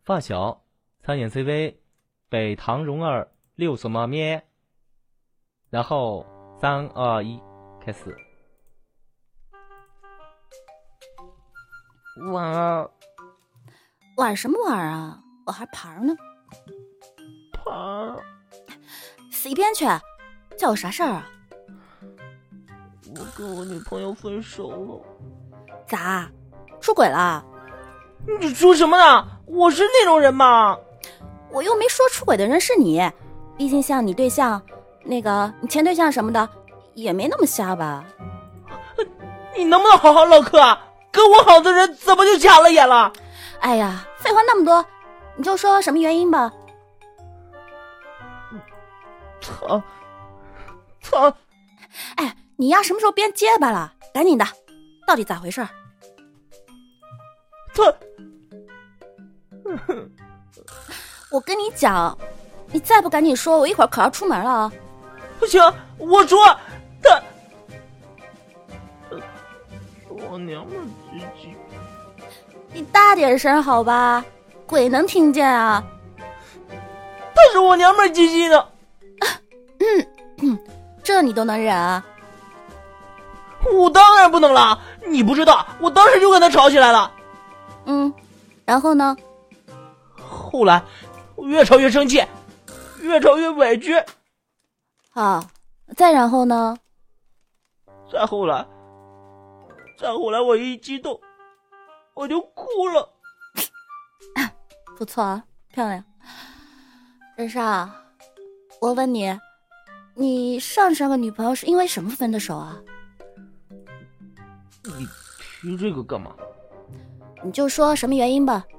发小参演 CV 被唐蓉儿溜索么咩，然后3、2、1开始。 玩玩什么玩啊？我还牌呢。 牌？ 死一边去！叫我啥事儿啊？ 我跟我女朋友分手了。 咋？出轨了？ 你说什么呢？我是那种人吗？ 我又没说出轨的人是你，毕竟像你对象，你前对象什么的，也没那么瞎吧？ 你能不能好好唠嗑啊？跟我好的人怎么就瞎了眼了？ 哎呀，废话那么多，你就说什么原因吧。 他， 哎，你呀，什么时候变结巴了？赶紧的，到底咋回事？我跟你讲，你再不赶紧说，我一会儿可要出门了啊！ 不行，我说他我娘们唧唧。 你大点声好吧，鬼能听见啊！ 他是我娘们唧唧的。 这你都能忍啊？ 我当然不能了，你不知道，我当时就跟他吵起来了。 然后呢？ 后来我越吵越生气，越吵越委屈。 好，再然后呢？ 再后来我一激动，我就哭了。 不错啊，漂亮。任少，我问你，你上个女朋友是因为什么分的手啊？ 你提这个干嘛？ 你就说什么原因吧。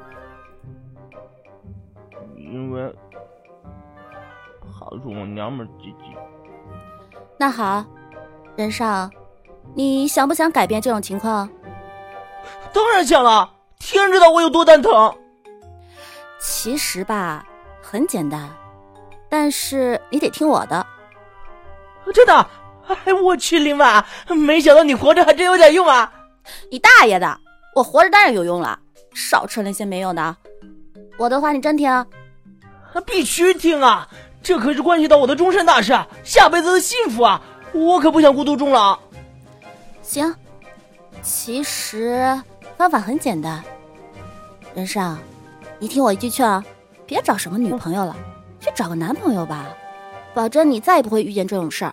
因为她是我娘们唧唧。 那好，任少，你想不想改变这种情况？ 当然想了，天知道我有多蛋疼。 其实吧，很简单，但是你得听我的。 真的？哎，我去，林婉，没想到你活着还真有点用啊！ 你大爷的，我活着当然有用了，少扯那些没用的。我的话你真听？ 必须听啊！这可是关系到我的终身大事，下辈子的幸福啊！我可不想孤独终老。 行，其实方法很简单。任少，你听我一句劝啊，别找什么女朋友了，去找个男朋友吧，保证你再也不会遇见这种事儿。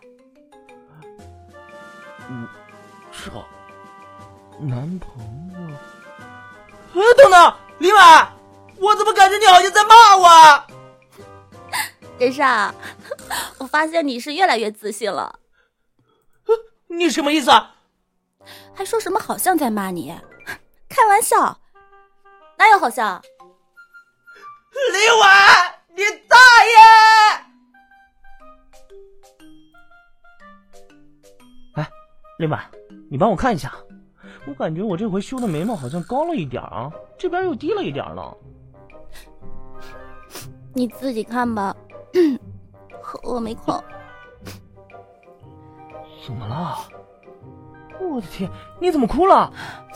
找男朋友？等等，林婉，我怎么感觉你好像在骂我啊？ 任少，我发现你是越来越自信了。 你什么意思啊？ 还说什么好像在骂你？开玩笑，哪有好像？ 林婉，你大爷！哎，林婉，你帮我看一下，我感觉我这回修的眉毛好像高了一点啊，这边又低了一点了。 你自己看吧，我没空。 怎么了？我的天，你怎么哭了？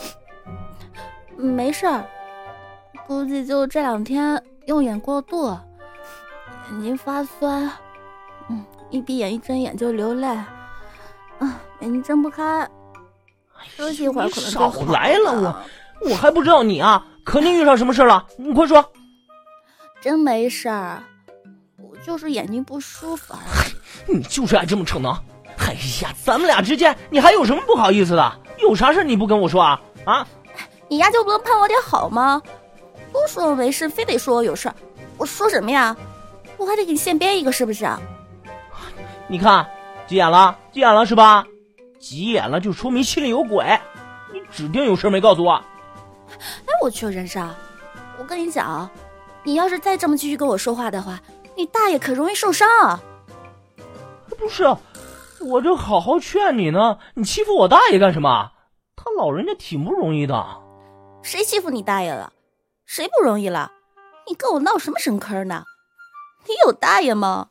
没事儿，估计就这2天用眼过度，眼睛发酸，一闭眼一睁眼就流泪，眼睛睁不开，休息一会儿可能就好了。 少来了，我还不知道你啊，肯定遇上什么事了，你快说。 真没事儿，我就是眼睛不舒服而已。 你就是爱这么逞能。哎呀，咱们俩之间你还有什么不好意思的？有啥事你不跟我说啊？啊？ 你呀就不能盼我点好吗？都说我没事，非得说我有事儿，我说什么呀？我还得给你现编一个是不是？ 你看，急眼了是吧？急眼了就说明心里有鬼，你指定有事没告诉我。 哎，我去，任少，我跟你讲，你要是再这么继续跟我说话的话，你大爷可容易受伤啊！ 不是，我这好好劝你呢，你欺负我大爷干什么？他老人家挺不容易的。 谁欺负你大爷了？谁不容易了？你跟我闹什么神坑呢？你有大爷吗？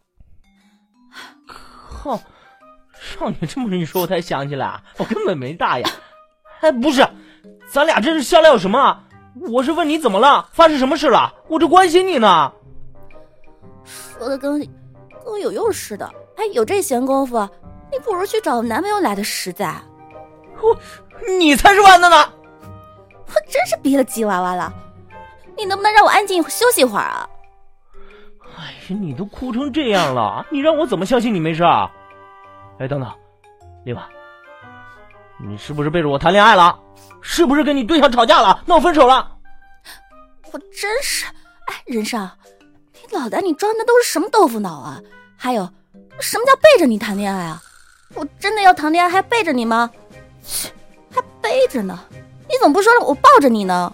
靠，让你这么一说我才想起来，我根本没大爷。哎，不是，咱俩这是瞎聊什么啊？ 我是问你怎么了，发生什么事了？我这关心你呢。 说的跟有用似的，还有这闲工夫，你不如去找男朋友来的实在。 你才是弯的呢！ 我真是逼了吉娃娃了，你能不能让我安静休息一会儿啊？ 哎呀，你都哭成这样了，你让我怎么相信你没事啊？哎，等等，丽娃，你是不是背着我谈恋爱了？是不是跟你对象吵架了，闹分手了？ 我真是，哎，任少，你脑袋里装的都是什么豆腐脑啊？还有，什么叫背着你谈恋爱啊？我真的要谈恋爱还背着你吗？切，还背着呢？你怎么不说我抱着你呢？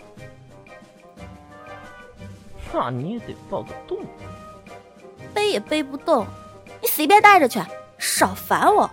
那你也得抱得动。 背也背不动，你随便带着去，少烦我。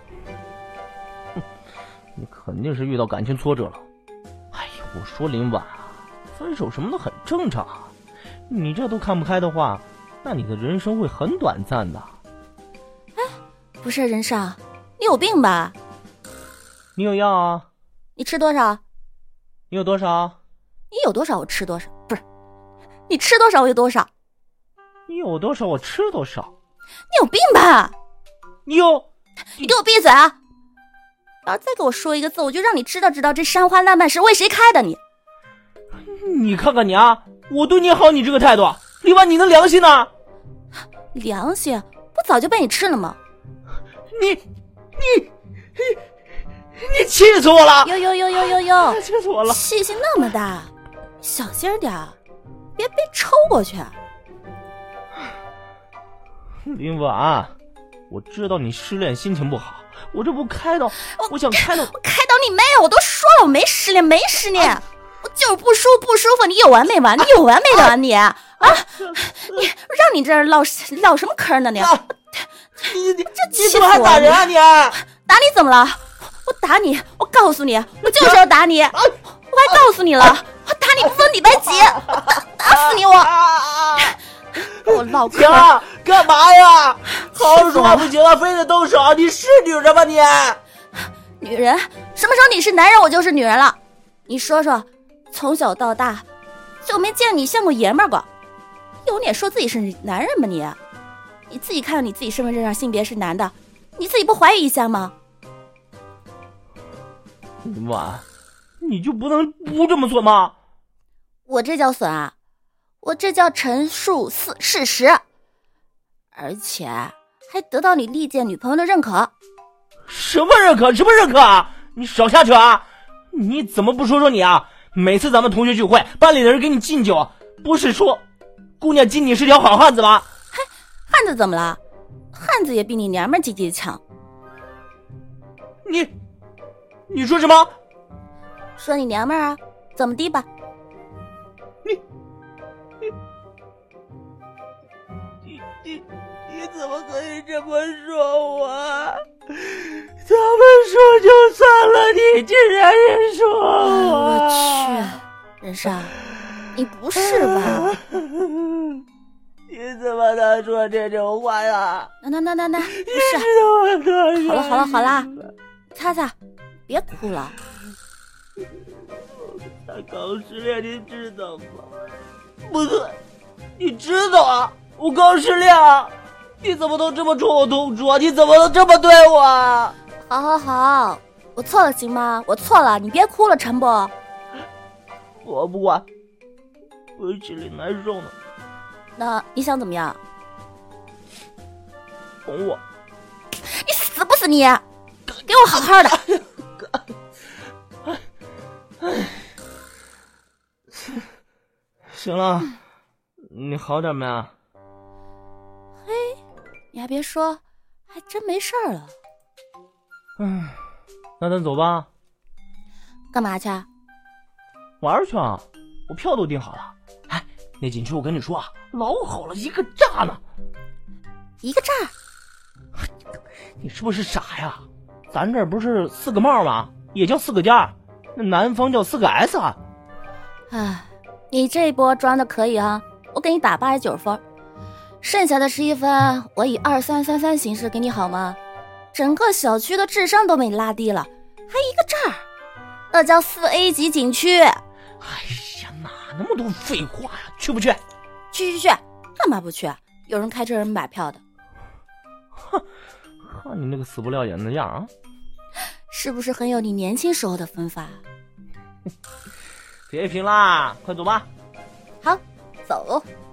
你肯定是遇到感情挫折了。哎呀，我说林婉，分手什么的很正常，你这都看不开的话，那你的人生会很短暂的。 哎，不是任少，你有病吧？ 你有药啊？ 你吃多少？ 你有多少？ 你有多少我吃多少，不是，你吃多少我有多少。 你有多少我吃多少。 你有病吧？ 你有？ 你给我闭嘴啊！要是再给我说一个字，我就让你知道这山花烂漫是为谁开的。 你看看你啊，我对你好，你这个态度，另外你的良心呢？ 良心不早就被你吃了吗？ 你气死我了！ 哟， 气死我了！ 气性那么大，小心点，别被抽过去。 林婉，我知道你失恋心情不好，我这不开导，我想开导。 我开导你妹啊！我都说了我没失恋，我就是不舒服。你有完没完？你有完没完你啊？你让你这唠什么嗑呢你？ 你这怎么还打人啊你？ 打你怎么了？我打你，我告诉你，我就是要打你，我还告诉你了，我打你不分礼拜几，打死你我！我唠嗑干嘛呀？好好说话不行啊，非得动手？你是女人吗你？ 女人？什么时候你是男人我就是女人了？你说说，从小到大就没见你像过爷们儿过，有脸说自己是男人吗你？你自己看看你自己身份证上性别是男的，你自己不怀疑一下吗？ 林婉，你就不能不这么做吗？ 我这叫损啊，我这叫陈述事实，而且还得到你历届女朋友的认可。 什么认可啊？你少下去啊！你怎么不说你啊？每次咱们同学聚会，班里的人给你敬酒，不是说姑娘敬你是条好汉子吗？ 嘿，汉子怎么了？汉子也比你娘们唧唧强。 你说什么？ 说你娘们儿啊？怎么地吧？ 你怎么可以这么说我？他们说就算了，你竟然也说我！ 我去，任少，你不是吧？ 你怎么能说这种话呀？ 那，不是。 好了，擦擦，别哭了。 他刚失恋，你知道吗？不对，你知道啊？我刚失恋啊！你怎么能这么戳我痛处啊？你怎么能这么对我啊？ 好，我错了行吗？我错了，你别哭了，陈不？ 我不管，我心里难受呢。 那你想怎么样？ 哄我？ 你死不死你？给我好好的！ 行了，你好点没啊？ 嘿，你还别说，还真没事儿了。 那咱走吧。 干嘛去？ 玩去啊！我票都订好了。哎，那景区我跟你说啊，老好了，一个炸呢。 一个炸？ 你是不是傻呀？咱这儿不是4个帽吗？也叫4个家，那南方叫4个 S 啊。 哎，你这一波装的可以啊，我给你打89分，剩下的11分我以2333形式给你好吗？整个小区的智商都被你拉低了，还一个这儿，那叫4A 级景区。 哎呀，哪那么多废话呀？去不去？ 去，干嘛不去？有人开车人买票的。 哼，看你那个死不要脸的样啊！ 是不是很有你年轻时候的风范？ 别贫啦，快走吧。 好，走。